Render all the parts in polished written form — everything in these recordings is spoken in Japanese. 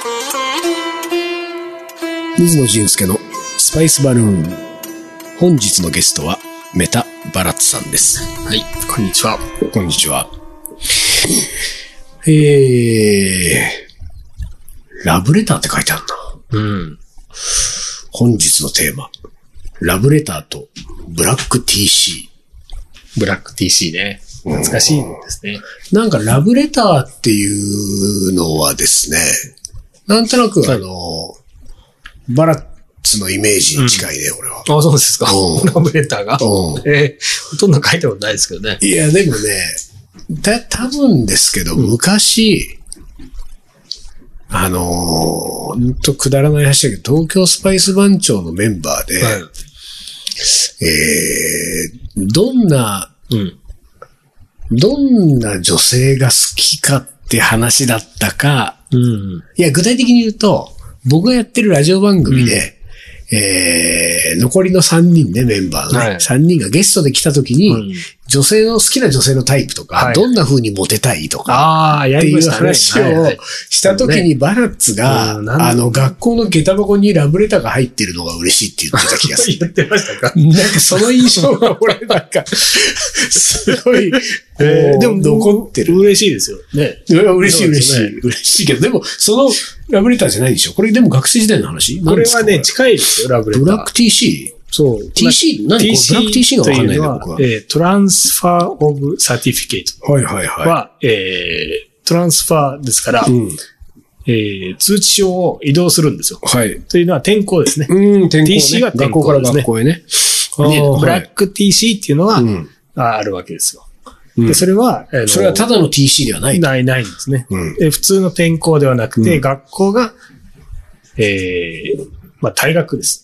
水野俊介のスパイスバルーン。本日のゲストはメタバラッツさんです。 はい、こんにちは。 こんにちは。ラブレターって書いてあるな。 うん。 本日のテーマ。ラブレターとブラック TC。 ブラック TC ね。懐かしいですね。 なんかラブレターっていうのはですね、なんとなくバラッツのイメージに近いね、俺は。 あ、そうですか。ラブレターが。ほとんど書いたことないですけどね。 いや、でもね、多分ですけど、昔、ほんとくだらない話だけど、東京スパイス番長のメンバーで、はい、どんな女性が好きかって話だったか、いや、具体的に言うと、僕がやってるラジオ番組で、残りの3人ね、メンバーのね、3人がゲストで来た時に、好きな女性のタイプとか、どんな風にモテたいとか、っていう話をした時にバラッツが、学校の下駄箱にラブレターが入ってるのが嬉しいって言ってた気がする。 言ってましたか？ なんかその印象が俺なんか、すごい、 でも残ってる。 嬉しいですよね。 嬉しいけど、でもそのラブレターじゃないんでしょ？これでも学生時代の話？ これはね、近いですよ、ラブレター。 ブラック TC？そう。TC？ 何これブラック TC がわかんないな、僕は。 トランスファーオブサティフィケート。 はいはいはい。 は、トランスファーですから、通知書を移動するんですよ。はい。というのは転校ですね。 転校ね。 TC が転校ですね。 学校から学校へね。 で、ブラック TC っていうのが、あるわけですよ。で、それは、 それはただの TC ではない。 ないんですね。で、普通の転校ではなくて、学校が、退学です。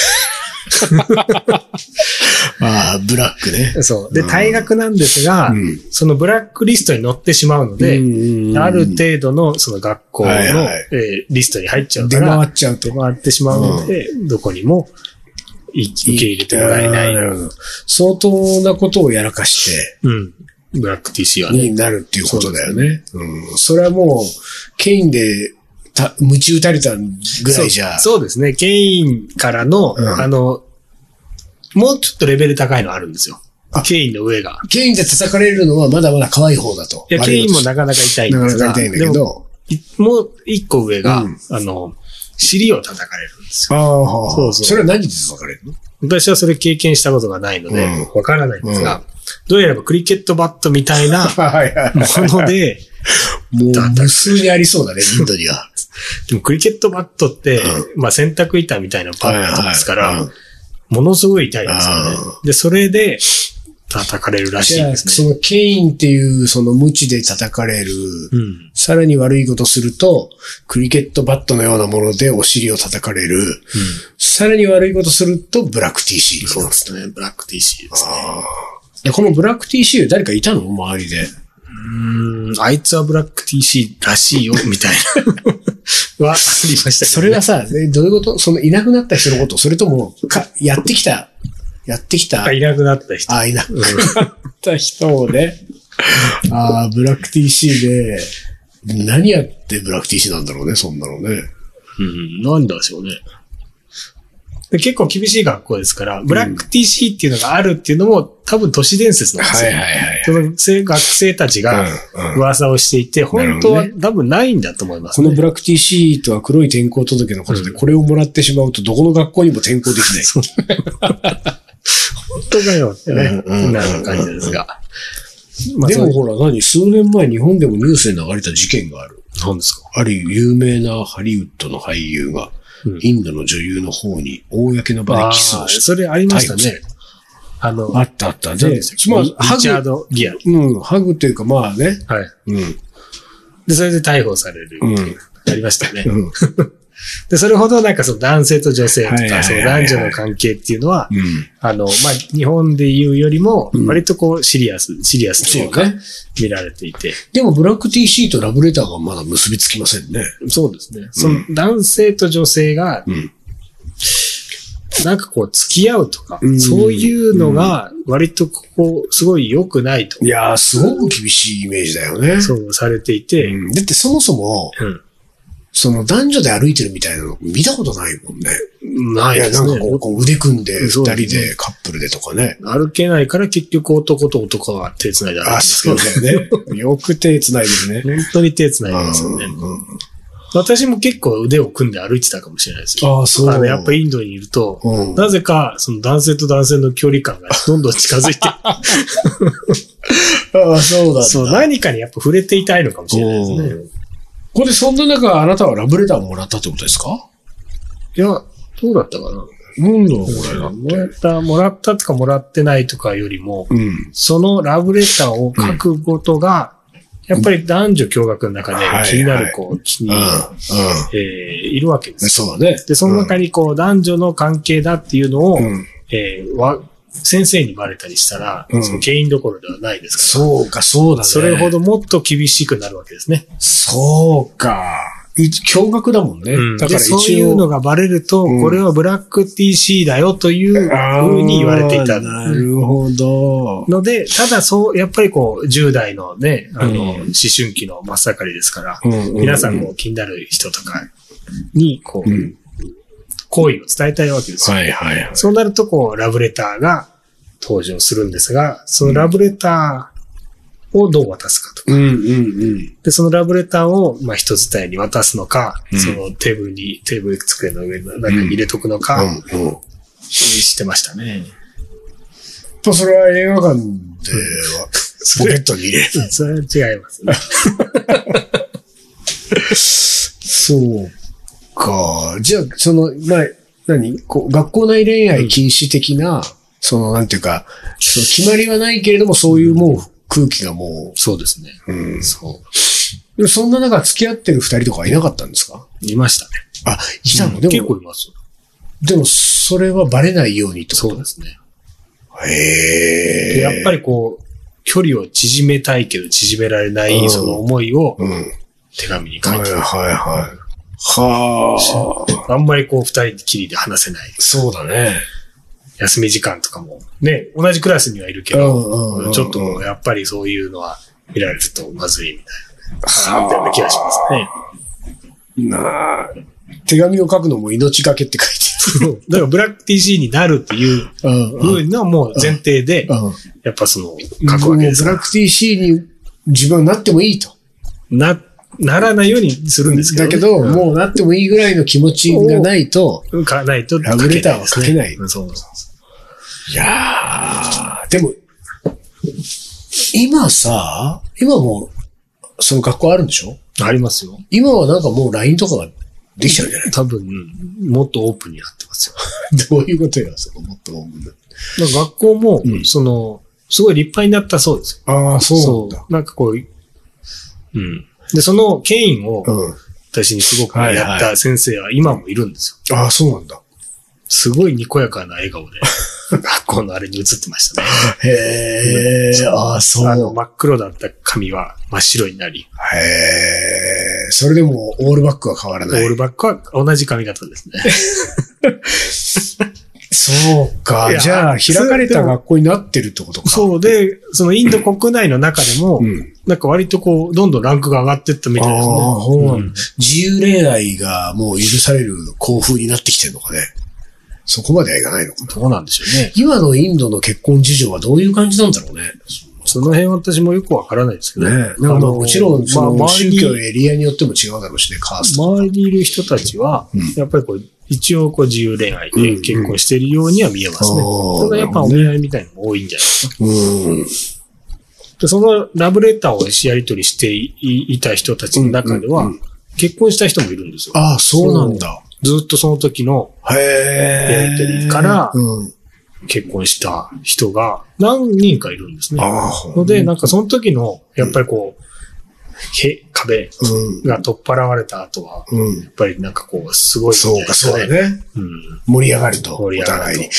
ブラックね。 そう。で、退学なんですが、そのブラックリストに載ってしまうので、ある程度のその学校のリストに入っちゃうから、出回ってしまうので、どこにも受け入れてもらえない。 相当なことをやらかして、 ブラック TC はね。 になるっていうことだよね。それはもう、ケインで、鞭打たれたぐらいじゃ。 そうですね。ケインからの、もうちょっとレベル高いのあるんですよ。ケインの上が。 ケインで叩かれるのはまだまだ可愛い方だと。 いや、ケインもなかなか痛いんですが。 なかなか痛いんだけど。 もう一個上が、尻を叩かれるんですよ。 そう。それは何で叩かれるの？ 私はそれ経験したことがないので、わからないんですが、どうやらばクリケットバットみたいなもので、 もう無数にありそうだね、インドには。 でもクリケットバットって、洗濯板みたいなバットですから、ものすごい痛いですよね。で、それで叩かれるらしいですね。 そのケインっていうその無知で叩かれる、さらに悪いことすると、クリケットバットのようなものでお尻を叩かれる、さらに悪いことするとブラック TC。 そうですね、ブラック TC ですね。このブラック TC 誰かいたの？周りで。 あいつはブラック TC らしいよ、みたいな。は、ありましたけどね。 それはさ、どういうこと？そのいなくなった人のこと？それとも、やってきた。 いなくなった人。 いなくなった人をね。ブラック TC で、何やってブラック TC なんだろうね、そんなのね。 なんだでしょうね。で結構厳しい学校ですから、ブラック TC っていうのがあるっていうのも多分都市伝説なんですよ。その学生たちが噂をしていて、本当は多分ないんだと思いますね。 このブラック TC とは黒い転校届のことで、これをもらってしまうとどこの学校にも転校できない。 本当かよってね、なる感じですが。 でもほら数年前日本でもニュースで流れた事件がある。 何ですか？ ある有名なハリウッドの俳優が、インドの女優の方に公の場でキスをして。 それありましたね。 あった。で、 リチャード・ギア。 ハグというかまあね。 はい。で、それで逮捕される。ありましたね。で、それほどなんかその男性と女性とか、その男女の関係っていうのは、日本で言うよりも、割とこうシリアスというか、見られていて。 でもブラック TC とラブレターがまだ結びつきませんね。 そうですね。その男性と女性が、なんかこう付き合うとか、そういうのが割とこう、すごい良くないと。 いやー、すごく厳しいイメージだよね。 そうされていて。 だってそもそも、 その男女で歩いてるみたいなの見たことないもんね。 ないですね。 いや、なんかこう腕組んで二人でカップルでとかね。 歩けないから結局男と男が手繋いで歩くんですけど。 そうだよね。よく手繋いでるね。 本当に手繋いでますよね。私も結構腕を組んで歩いてたかもしれないですよ。 ああ、そう。 やっぱインドにいると、なぜかその男性と男性の距離感がどんどん近づいて。ああ、そうなんだ。 そう、何かにやっぱ触れていたいのかもしれないですね。 これそんな中、あなたはラブレターをもらったってことですか？ いや、どうだったかな。 なんだろうもらったとかもらってないとかよりも、そのラブレターを書くことが、やっぱり男女共学の中で気になる子、気に、いるわけです。 そうだね。 で、その中にこう男女の関係だっていうのを、先生にバレたりしたら、その原因どころではないですから。 そうか、そうだね。 それほどもっと厳しくなるわけですね。 そうか。驚愕だもんね。 だからそういうのがバレると、これはブラック TC だよという風に言われていた。 なるほど。 ので、ただそう、やっぱりこう、10代のね、思春期の真っ盛りですから、皆さんも気になる人とかに、こう、好意を伝えたいわけですよ。 はいはいはい。 そうなると、こう、ラブレターが登場するんですが、そのラブレターをどう渡すかとか。で、そのラブレターを、まあ、人伝いに渡すのか、そのテーブル机の上の中に入れとくのか、してましたね。 それは映画館では、ポケットに入れる。 それは違いますね。 そうか。じゃあ、まあ、学校内恋愛禁止的な、なんていうか、決まりはないけれども、そういうもう空気がもう。 そうですね。 そう。そんな中付き合ってる二人とかいなかったんですか？ いましたね。 あ、いたの？でも結構います。 でも、それはバレないようにってこと？ そうですね。 へえ。 やっぱりこう、距離を縮めたいけど縮められない、その思いを、手紙に書いてる。 はい。 あんまりこう、二人きりで話せない。 そうだね。休み時間とかも、ね、同じクラスにはいるけど、ちょっとやっぱりそういうのは見られるとまずいみたいな、みたいな気がしますね。 手紙を書くのも命がけって書いてる。 だからブラック TC になるっていう風なもう前提で、やっぱ書くわけです。 ブラック TC に自分はなってもいいと。 ならないようにするんですけど、 だけど、もうなってもいいぐらいの気持ちがないと、ラブレターは書けない。いやー、でも、今も、その学校あるんでしょ？ ありますよ。 今はなんかもう LINE とかができちゃうんじゃない？ 多分、もっとオープンになってますよ。 どういうことよ、もっとオープンになって。 学校も、すごい立派になったそうですよ。ああ、そうなんだ。 なんかこう、で、その権威を、私にすごくやった先生は今もいるんですよ。 ああ、そうなんだ。 すごいにこやかな笑顔で、学校のあれに映ってましたね。 へー、ああ、そう。 真っ黒だった髪は真っ白になり。 へー、それでもオールバックは変わらない。 オールバックは同じ髪型ですね。 そうか。じゃあ、開かれた学校になってるってことか。 そうで、そのインド国内の中でも、なんか割とこう、どんどんランクが上がっていったみたいですね。 自由恋愛がもう許される校風になってきてるのかね。そこまではいかないのかな。 どうなんでしょうね。 今のインドの結婚事情はどういう感じなんだろうね。 その辺私もよくわからないですけどね。 なんかもちろん、宗教エリアによっても違うだろうしね、カースト。 周りにいる人たちは、やっぱりこう、一応こう自由恋愛で結婚しているようには見えますね。ただやっぱお見合いみたいなのも多いんじゃないですか。でそのラブレターをやり取りしていた人たちの中では、結婚した人もいるんですよ。 ああ、そうなんだ。 ずっとその時のやり取りから結婚した人が何人かいるんですね。ので、なんかその時の、やっぱりこう、壁が取っ払われた後は、やっぱりなんかこう、すごい、 そうか、そうだね。盛り上がると。お互いに。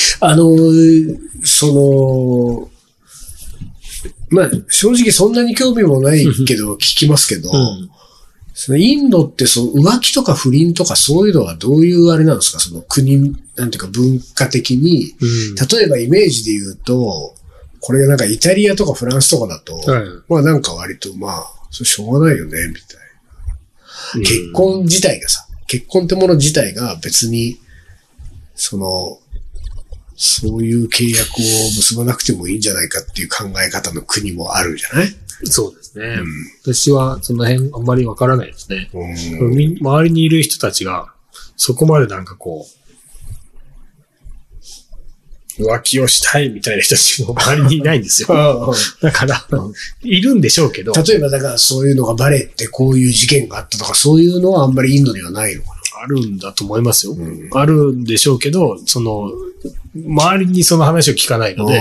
まあ、正直そんなに興味もないけど、聞きますけど、インドって浮気とか不倫とかそういうのはどういうあれなんですか？その国、なんていうか文化的に、例えばイメージで言うと、これがなんかイタリアとかフランスとかだと、まあなんか割とまあ、それしょうがないよね、みたいな。 結婚自体がさ、結婚ってもの自体が別に、そういう契約を結ばなくてもいいんじゃないかっていう考え方の国もあるじゃない？ そうですね。私はその辺あんまりわからないですね。周りにいる人たちが、そこまでなんかこう、浮気をしたいみたいな人たちも周りにいないんですよ。だから、いるんでしょうけど。 例えばだからそういうのがバレてこういう事件があったとかそういうのはあんまりインドにはないのかな。 あるんだと思いますよ。あるんでしょうけど、周りにその話を聞かないので、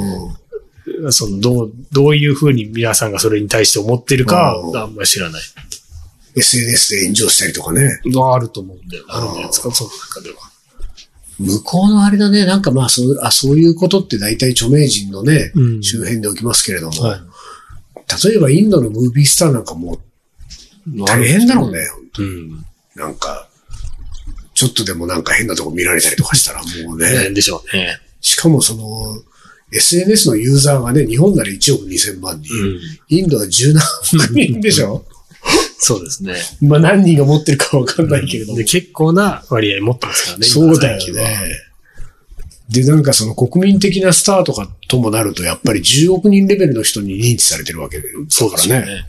どういうふうに皆さんがそれに対して思っているかあんまり知らない。 SNS で炎上したりとかね。 あると思うんだよ。あるんじゃないですか、その中では。 向こうのあれだね、なんかまあそういうことって大体著名人のね、周辺で起きますけれども、例えばインドのムービースターなんかもう大変だろうね、本当に。なんか、ちょっとでもなんか変なとこ見られたりとかしたらもうね。 変でしょうね。 しかもSNS のユーザーがね、日本なら1億2000万人、インドは10何億人でしょそうですね。 まあ何人が持ってるかわかんないけれども。 で、結構な割合持ってますからね。 そうだよね。で、なんか国民的なスターとかともなると、やっぱり10億人レベルの人に認知されてるわけだからね。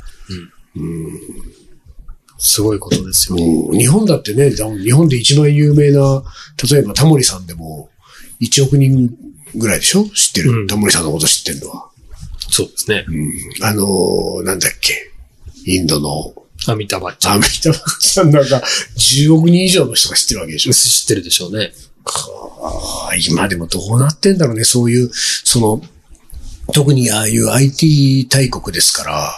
すごいことですよ。 日本だってね、日本で一番有名な、例えばタモリさんでも1億人ぐらいでしょ知ってる、タモリさんのこと知ってるのは。 そうですね。 なんだっけ。インドのアミタバッチャン。 アミタバッチャンなんか10億人以上の人が知ってるわけでしょ。 知ってるでしょうね。 今でもどうなってんだろうね、そういう、特にああいう IT 大国ですから、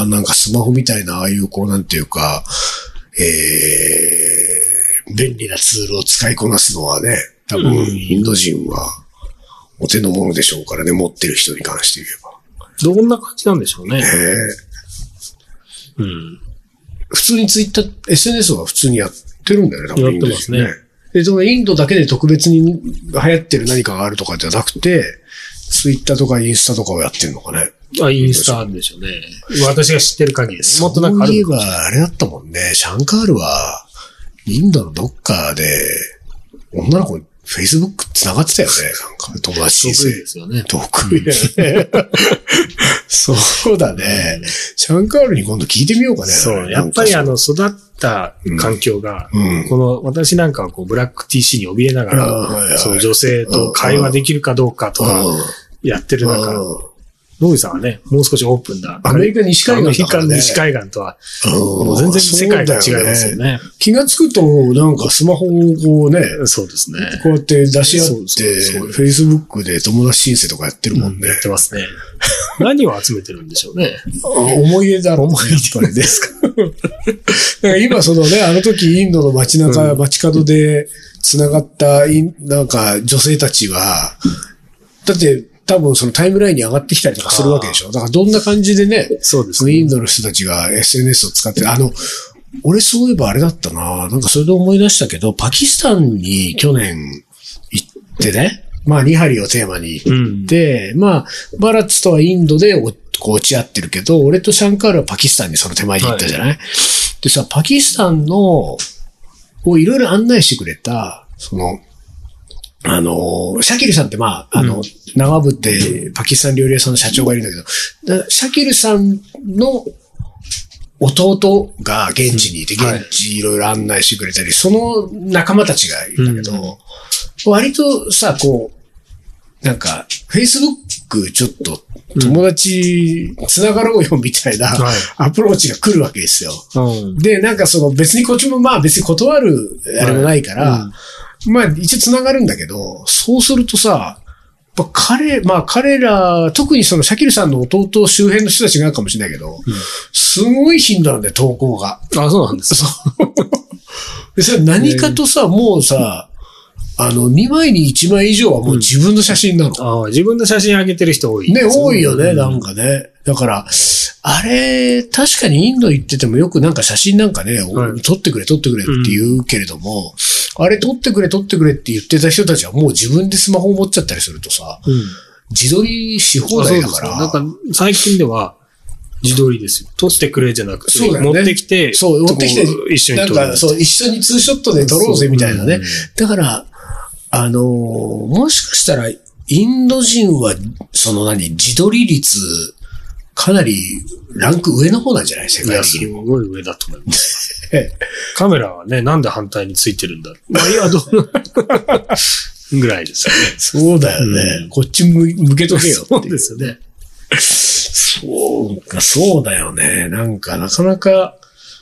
なんかスマホみたいなああいうなんていうか、便利なツールを使いこなすのはね、多分インド人はお手の物でしょうからね、持ってる人に関して言えば。 どんな感じなんでしょうね。 普通にツイッター、SNS は普通にやってるんだよね、多分インド人ね。 やってますね。 で、インドだけで特別に流行ってる何かがあるとかじゃなくて、ツイッターとかインスタとかをやってるのかね。 インスタでしょうね。私が知ってる限りです。もっとなんかある。 そういえば、あれだったもんね。シャンカールは、インドのどっかで、女の子にFacebook 繋がってたよね。なんか、友達申請。 得意ですよね。 得意だよね。そうだね。シャンカールに今度聞いてみようかね。 そう。やっぱり育った環境が、私なんかはブラック TC に怯えながら、女性と会話できるかどうかとか、やってる中、ロイさんはね、もう少しオープンな。 アメリカ西海岸だからね。 西海岸とは、もう全然世界が違いますよね。 気がつくと、なんかスマホをね、 そうですね。 こうやって出し合って、Facebook で友達申請とかやってるもんね。 やってますね。何を集めてるんでしょうね。 思い出だろ。思い出ですか。だから今あの時インドの街角で繋がったなんか女性たちは、だって多分タイムラインに上がってきたりとかするわけでしょ。だからどんな感じでね、 そうですね。 インドの人たちが SNS を使って、俺そういえばあれだったな、なんかそれで思い出したけど、パキスタンに去年行ってね、まあニハリをテーマに行って、まあバラッツとはインドで落ち合ってるけど、俺とシャンカールはパキスタンにその手前に行ったじゃない？でさ、パキスタンの、をいろいろ案内してくれた、シャキルさんって長部ってパキスタン料理屋さんの社長がいるんだけど、シャキルさんの弟が現地にいて、現地いろいろ案内してくれたり、その仲間たちがいるんだけど、割とさ、なんか、Facebook ちょっと友達繋がろうよみたいなアプローチが来るわけですよ。で、なんか別にこっちも別に断るあれもないから、まあ一応繋がるんだけど、そうするとさ、彼ら、特にシャキルさんの弟周辺の人たちがかもしれないけど、すごい頻度なんだよ、投稿が。 そうなんですか。 で、それ何かとさ、もうさ、2枚に1枚以上はもう自分の写真なの。 自分の写真上げてる人多い。 ね、多いよね、なんかね。だから、あれ、確かにインド行っててもよくなんか写真なんかね、撮ってくれって言うけれども、あれ撮ってくれって言ってた人たちはもう自分でスマホを持っちゃったりするとさ、自撮りし放題だから。 なんか最近では、 自撮りですよ。撮ってくれじゃなくて、 そうだよね、 持ってきて、 そう、持ってきて、 一緒に撮る。 なんか、そう、一緒にツーショットで撮ろうぜみたいなね。だから、もしかしたら、インド人は、自撮り率、かなりランク上の方なんじゃない世界的に。 いや、すごい上だと思います。カメラはね、なんで反対についてるんだ。まあ、いや、ぐらいですよね。 そうだよね。こっち向けとけよ。 そうですよね。 そうだよね。なんか、なかなか、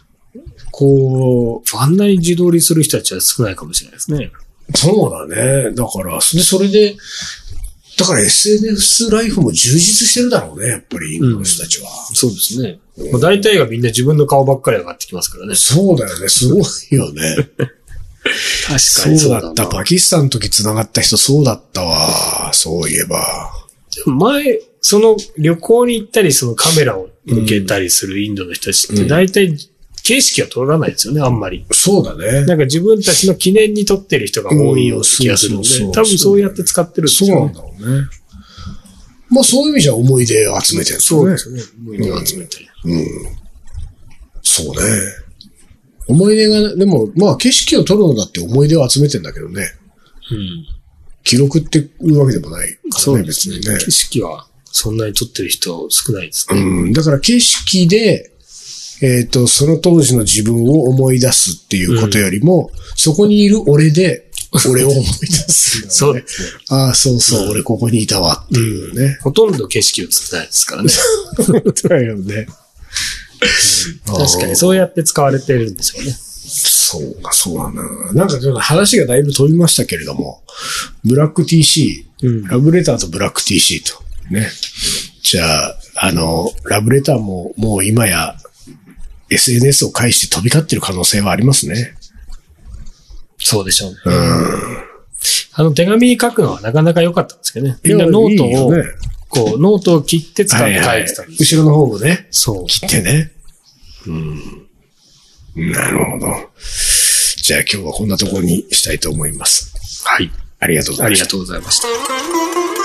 あんなに自撮りする人たちは少ないかもしれないですね。 そうだね。だから、それで、だから SNS ライフも充実してるだろうね、やっぱり、インドの人たちは。 そうですね。まあ、大体がみんな自分の顔ばっかり上がってきますからね。 そうだよね。すごいよね。 確かにそうだった。パキスタンの時繋がった人そうだったわ。そういえば。 前、その旅行に行ったり、そのカメラを向けたりするインドの人たちって、大体景色は撮らないですよね、あんまり。 そうだね。 なんか自分たちの記念に撮ってる人が多いような気がするので、多分そうやって使ってるんですよね。 そうなんだろうね。まあそういう意味じゃ思い出を集めてるんですね。 そうですね。思い出を集めて。 そうね。思い出が、でも、まあ景色を撮るのだって思い出を集めてんだけどね。記録っていうわけでもないからね、別にね。 景色はそんなに撮ってる人少ないですね。 だから景色で、その当時の自分を思い出すっていうことよりも、そこにいる俺で、俺を思い出す、ね。 そうですね。 ああ、そうそう、俺ここにいたわっていうね。 ほとんど景色映ってないですからね。 だよね。 確かにそうやって使われてるんですよね。 そうか、そうだな。なんかちょっと話がだいぶ飛びましたけれども、ブラック TC、ラブレターとブラック TC と。ね。じゃあ、ラブレターももう今や SNS を介して飛び交ってる可能性はありますね。 そうでしょうね。手紙に書くのはなかなか良かったんですけどね。みんなノートを、ノートを切って使って書いてたんです。 後ろの方もね。 そう。 切ってね。なるほど。じゃあ今日はこんなところにしたいと思います。 はい。 ありがとうございました。 ありがとうございました。